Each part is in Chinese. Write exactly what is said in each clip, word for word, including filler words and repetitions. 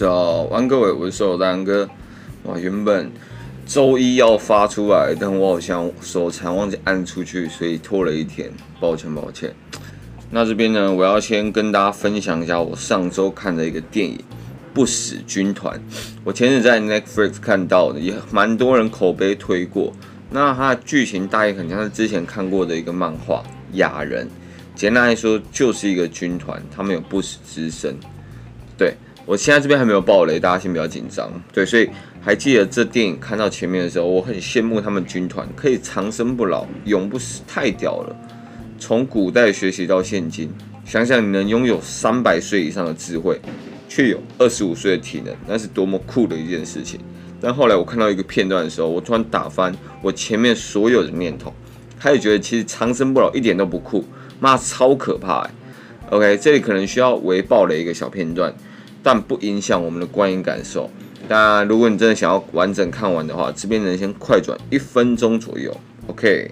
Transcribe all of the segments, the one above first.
早安，各位，我是手丹哥。哇，原本周一要发出来，但我好像手残忘记按出去，所以拖了一天，抱歉抱歉。那这边呢，我要先跟大家分享一下我上周看的一个电影《不死军团》。我前日在 Netflix 看到的，也蛮多人口碑推过。那它的剧情大概很像是之前看过的一个漫画《亚人》，简单来说就是一个军团，他们有不死之身。对，我现在这边还没有爆雷，大家先不要紧张。对，所以还记得这电影看到前面的时候，我很羡慕他们军团可以长生不老、永不死，太屌了！从古代学习到现今，想想你能拥有三百岁以上的智慧，却有二十五岁的体能，那是多么酷的一件事情。但后来我看到一个片段的时候，我突然打翻我前面所有的念头，开始觉得其实长生不老一点都不酷，妈超可怕、欸。OK， 这里可能需要微爆的一个小片段，但不影响我们的观影感受。当然，如果你真的想要完整看完的话，这边能先快转一分钟左右。OK，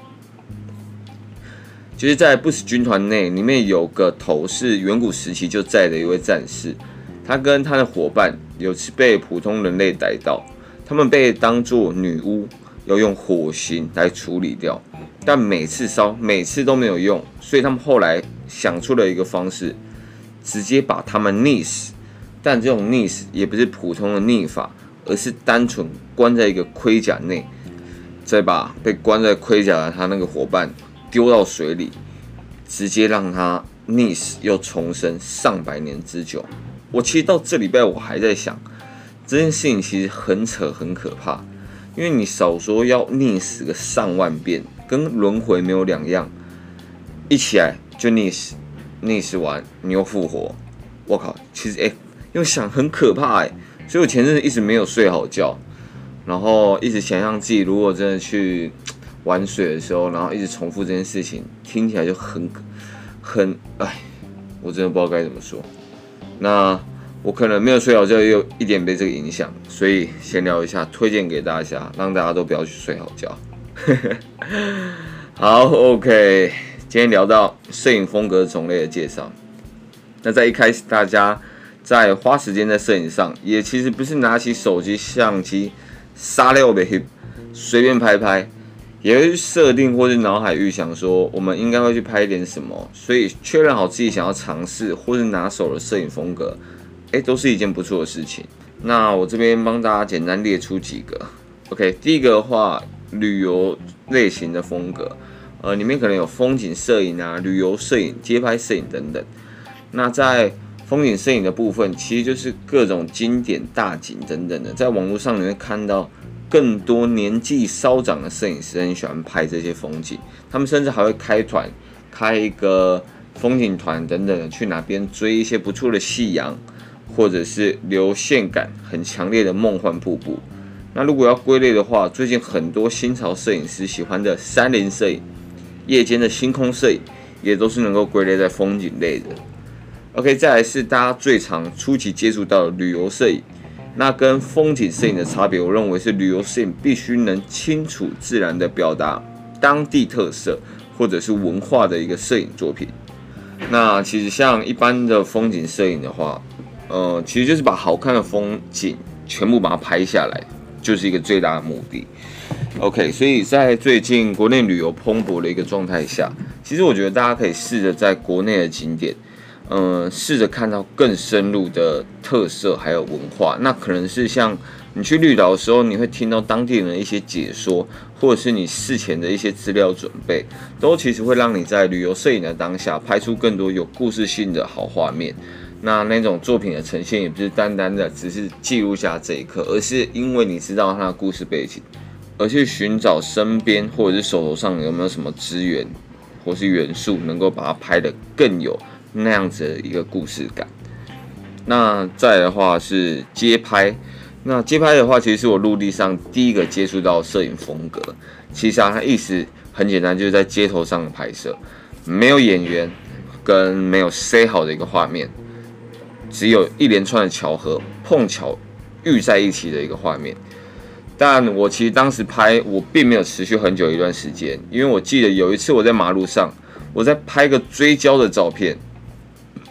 就是在不死军团内，里面有个头是远古时期就在的一位战士，他跟他的伙伴有次被普通人类逮到，他们被当作女巫，要用火刑来处理掉，但每次烧，每次都没有用，所以他们后来想出了一个方式，直接把他们溺死。但这种溺死也不是普通的溺法，而是单纯关在一个盔甲内，再把被关在盔甲的他那个伙伴丢到水里，直接让他溺死又重生上百年之久。我其实到这礼拜我还在想，这件事情其实很扯很可怕，因为你少说要溺死个上万遍，跟轮回没有两样，一起来就溺死，溺死完你又复活，我靠，其实哎。欸用想很可怕哎、欸，所以我前阵子一直没有睡好觉，然后一直想象自己如果真的去玩水的时候，然后一直重复这件事情，听起来就很很哎，我真的不知道该怎么说。那我可能没有睡好觉，也有一点被这个影响，所以闲聊一下，推荐给大家，让大家都不要去睡好觉。好 ，OK， 今天聊到摄影风格种类的介绍。那在一开始大家在花时间在摄影上，也其实不是拿起手机相机撒溜的 hip 随便拍拍，也会去设定或是脑海预想说我们应该会去拍点什么，所以确认好自己想要尝试或是拿手的摄影风格，哎，都是一件不错的事情。那我这边帮大家简单列出几个。OK， 第一个的话，旅游类型的风格，呃，里面可能有风景摄影啊、旅游摄影、街拍摄影等等。那在风景摄影的部分，其实就是各种经典大景等等的，在网络上你会看到更多年纪稍长的摄影师很喜欢拍这些风景，他们甚至还会开团，开一个风景团等等的，去哪边追一些不错的夕阳，或者是流线感很强烈的梦幻瀑布。那如果要归类的话，最近很多新潮摄影师喜欢的山林摄影、夜间的星空摄影，也都是能够归类在风景类的。OK， 再来是大家最常初期接触到的旅游摄影。那跟风景摄影的差别，我认为是旅游摄影必须能清楚自然的表达当地特色或者是文化的一个摄影作品。那其实像一般的风景摄影的话，呃，其实就是把好看的风景全部把它拍下来，就是一个最大的目的。OK， 所以在最近国内旅游蓬勃的一个状态下，其实我觉得大家可以试着在国内的景点。嗯，试着看到更深入的特色还有文化，那可能是像你去绿岛的时候，你会听到当地人的一些解说，或者是你事前的一些资料准备，都其实会让你在旅游摄影的当下拍出更多有故事性的好画面。那那种作品的呈现也不是单单的只是记录下这一刻，而是因为你知道它的故事背景，而去寻找身边或者是手头上有没有什么资源或是元素，能够把它拍得更有那样子的一个故事感。那再来的话是街拍，那街拍的话，其实是我陆地上第一个接触到摄影风格。其实啊，它意思很简单，就是在街头上的拍摄，没有演员跟没有塞好的一个画面，只有一连串的巧合碰巧遇在一起的一个画面。但我其实当时拍，我并没有持续很久一段时间，因为我记得有一次我在马路上，我在拍个追焦的照片。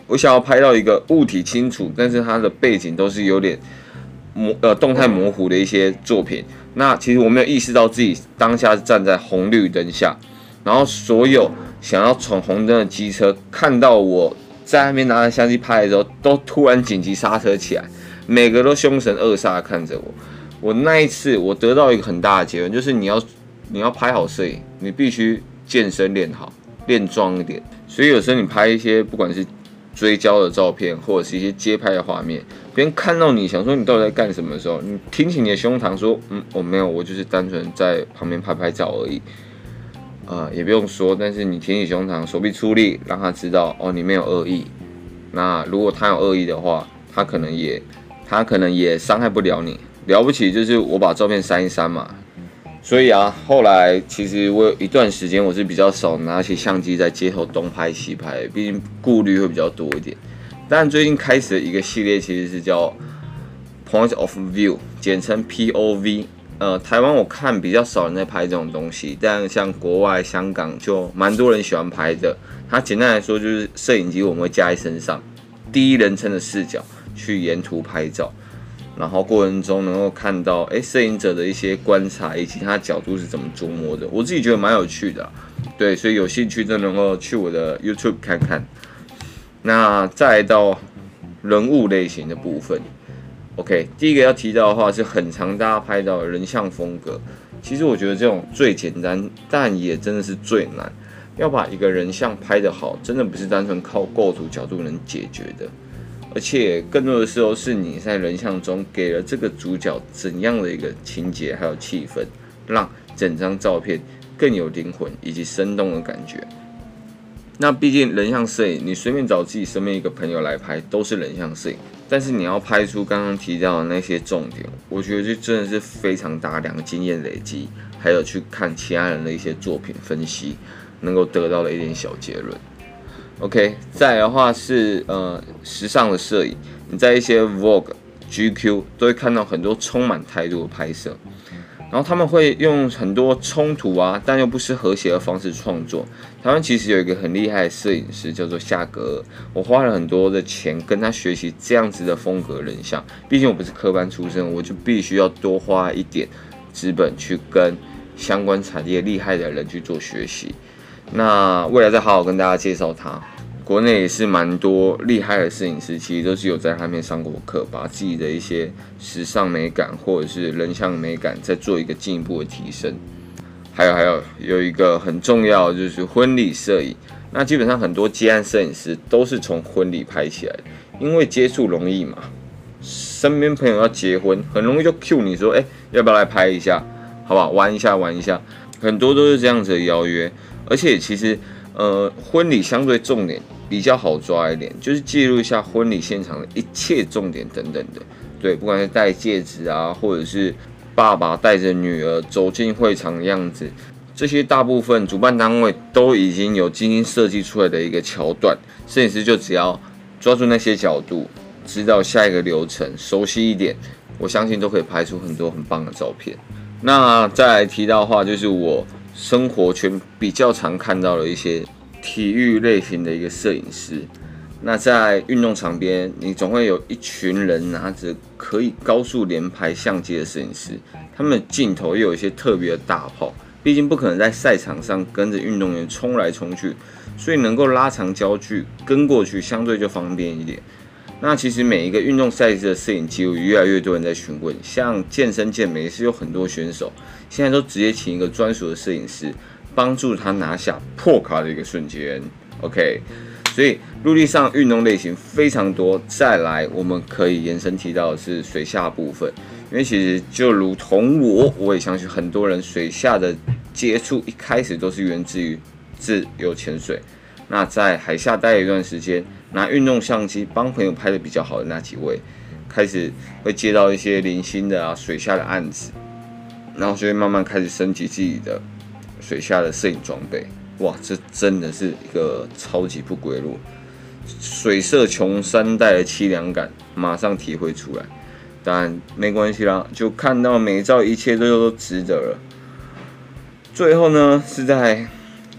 我想要拍到一个物体清楚，但是它的背景都是有点模呃动态模糊的一些作品。那其实我没有意识到自己当下是站在红绿灯下，然后所有想要闯红灯的机车看到我在那边拿着相机拍的时候，都突然紧急刹车起来，每个都凶神恶煞看着我。我那一次我得到一个很大的结论，就是你要你要拍好摄影，你必须健身练好，练壮一点。所以有时候你拍一些不管是追焦的照片，或者是一些街拍的画面，别人看到你想说你到底在干什么的时候，你挺起你的胸膛说，嗯，我没有，我就是单纯在旁边拍拍照而已。呃，也不用说，但是你挺起胸膛，手臂出力，让他知道哦，你没有恶意。那如果他有恶意的话，他可能也他可能也伤害不了你。了不起就是我把照片删一删嘛。所以啊，后来其实我有一段时间我是比较少拿起相机在街头东拍西拍，毕竟顾虑会比较多一点。但最近开始的一个系列其实是叫 Point of View， 简称 P O V。呃，台湾我看比较少人在拍这种东西，但像国外香港就蛮多人喜欢拍的。它简单来说就是摄影机我们会架在身上，第一人称的视角去沿途拍照。然后过程中能够看到，哎，摄影者的一些观察以及他角度是怎么琢磨的，我自己觉得蛮有趣的、啊。对，所以有兴趣就能够去我的 YouTube 看看。那再来到人物类型的部分 ，OK， 第一个要提到的话是很常大家拍到的人像风格。其实我觉得这种最简单，但也真的是最难。要把一个人像拍得好，真的不是单纯靠构图角度能解决的。而且更多的时候是你在人像中给了这个主角怎样的一个情节还有气氛，让整张照片更有灵魂以及生动的感觉。那毕竟人像摄影，你随便找自己身边一个朋友来拍都是人像摄影，但是你要拍出刚刚提到的那些重点，我觉得这真的是非常大量的经验累积，还有去看其他人的一些作品分析，能够得到的一点小结论。OK， 再来的话是呃时尚的摄影，你在一些 Vogue、G Q 都会看到很多充满态度的拍摄，然后他们会用很多冲突啊，但又不失和谐的方式创作。台湾其实有一个很厉害的摄影师叫做夏格尔，我花了很多的钱跟他学习这样子的风格人像，毕竟我不是科班出身，我就必须要多花一点资本去跟相关产业厉害的人去做学习。那未来再好好跟大家介绍他。国内也是蛮多厉害的摄影师，其实都是有在他面上过课，把自己的一些时尚美感或者是人像美感再做一个进一步的提升。还有还有有一个很重要的就是婚礼摄影，那基本上很多接案摄影师都是从婚礼拍起来的，因为接触容易嘛，身边朋友要结婚，很容易就 cue 你说，哎、欸，要不要来拍一下，好不好？玩一下玩一下，很多都是这样子的邀约。而且其实，呃，婚礼相对重点比较好抓一点，就是记录一下婚礼现场的一切重点等等的。对，不管是戴戒指啊，或者是爸爸带着女儿走进会场的样子，这些大部分主办单位都已经有精心设计出来的一个桥段，摄影师就只要抓住那些角度，知道下一个流程，熟悉一点，我相信都可以拍出很多很棒的照片。那再来提到的话，就是我生活圈比较常看到的一些体育类型的一个摄影师。那在运动场边，你总会有一群人拿着可以高速连拍相机的摄影师，他们的镜头又有一些特别的大炮，毕竟不可能在赛场上跟着运动员冲来冲去，所以能够拉长焦距跟过去相对就方便一点。那其实每一个运动赛事的摄影记录，越来越多人在询问。像健身健美也是有很多选手，现在都直接请一个专属的摄影师，帮助他拿下破卡的一个瞬间。OK， 所以陆地上运动类型非常多。再来，我们可以延伸提到的是水下部分，因为其实就如同我，我也相信很多人水下的接触一开始都是源自于自由潜水。那在海下待了一段时间，拿运动相机帮朋友拍的比较好的那几位，开始会接到一些零星的啊水下的案子，然后就会慢慢开始升级自己的水下的摄影装备。哇，这真的是一个超级不归路，水色穷三代的凄凉感马上体会出来。但没关系啦，就看到美照一切都都值得了。最后呢，是在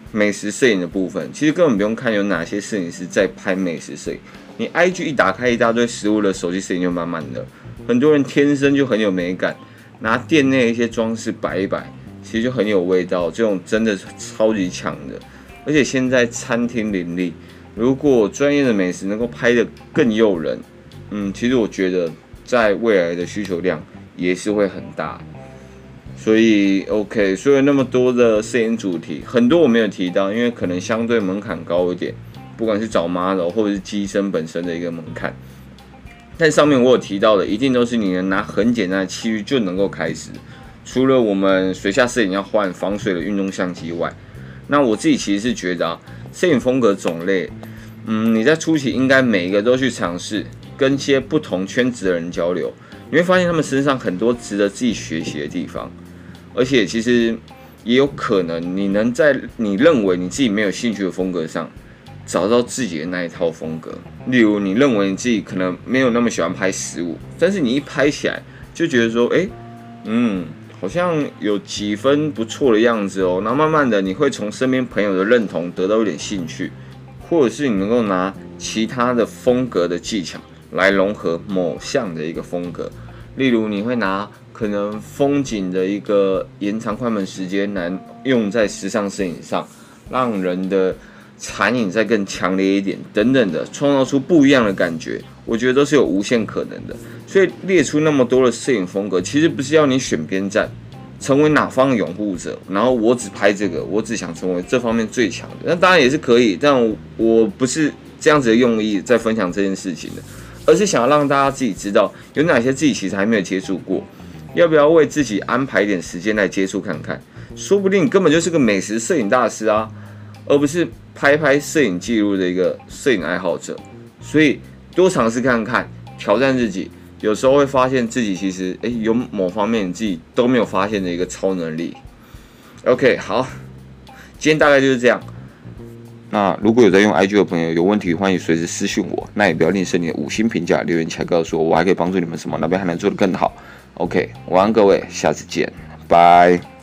美食摄影的部分，其实根本不用看有哪些摄影师在拍美食摄影。你 I G 一打开，一大堆食物的手机摄影就满满的。很多人天生就很有美感，拿店内一些装饰摆一摆，其实就很有味道。这种真的是超级强的。而且现在餐厅林立，如果专业的美食能够拍得更诱人，嗯，其实我觉得在未来的需求量也是会很大。所以 OK， 所以那么多的摄影主题，很多我没有提到，因为可能相对门槛高一点，不管是找 model 或者是机身本身的一个门槛。但上面我有提到的，一定都是你能拿很简单的器具就能够开始。除了我们水下摄影要换防水的运动相机外，那我自己其实是觉得啊，摄影风格种类，嗯，你在初期应该每一个都去尝试，跟一些不同圈子的人交流，你会发现他们身上很多值得自己学习的地方。而且其实也有可能，你能在你认为你自己没有兴趣的风格上，找到自己的那一套风格。例如，你认为你自己可能没有那么喜欢拍食物，但是你一拍起来就觉得说，哎、欸，嗯，好像有几分不错的样子哦。然后慢慢的，你会从身边朋友的认同得到一点兴趣，或者是你能够拿其他的风格的技巧来融合某项的一个风格。例如，你会拿可能风景的一个延长快门时间来用在时尚摄影上，让人的残影再更强烈一点，等等的，创造出不一样的感觉，我觉得都是有无限可能的。所以列出那么多的摄影风格，其实不是要你选边站，成为哪方的拥护者，然后我只拍这个，我只想成为这方面最强的。那当然也是可以，但我不是这样子的用意在分享这件事情的，而是想要让大家自己知道有哪些自己其实还没有接触过。要不要为自己安排一点时间来接触看看？说不定你根本就是个美食摄影大师啊，而不是拍拍摄影记录的一个摄影爱好者。所以多尝试看看，挑战自己，有时候会发现自己其实哎、欸、有某方面你自己都没有发现的一个超能力。OK， 好，今天大概就是这样。那如果有在用 I G 的朋友有问题，欢迎随时私讯我。那也不要吝啬你的五星评价，留言起来告诉我，我还可以帮助你们什么，那边还能做得更好。OK， 晚安各位，下次见，拜。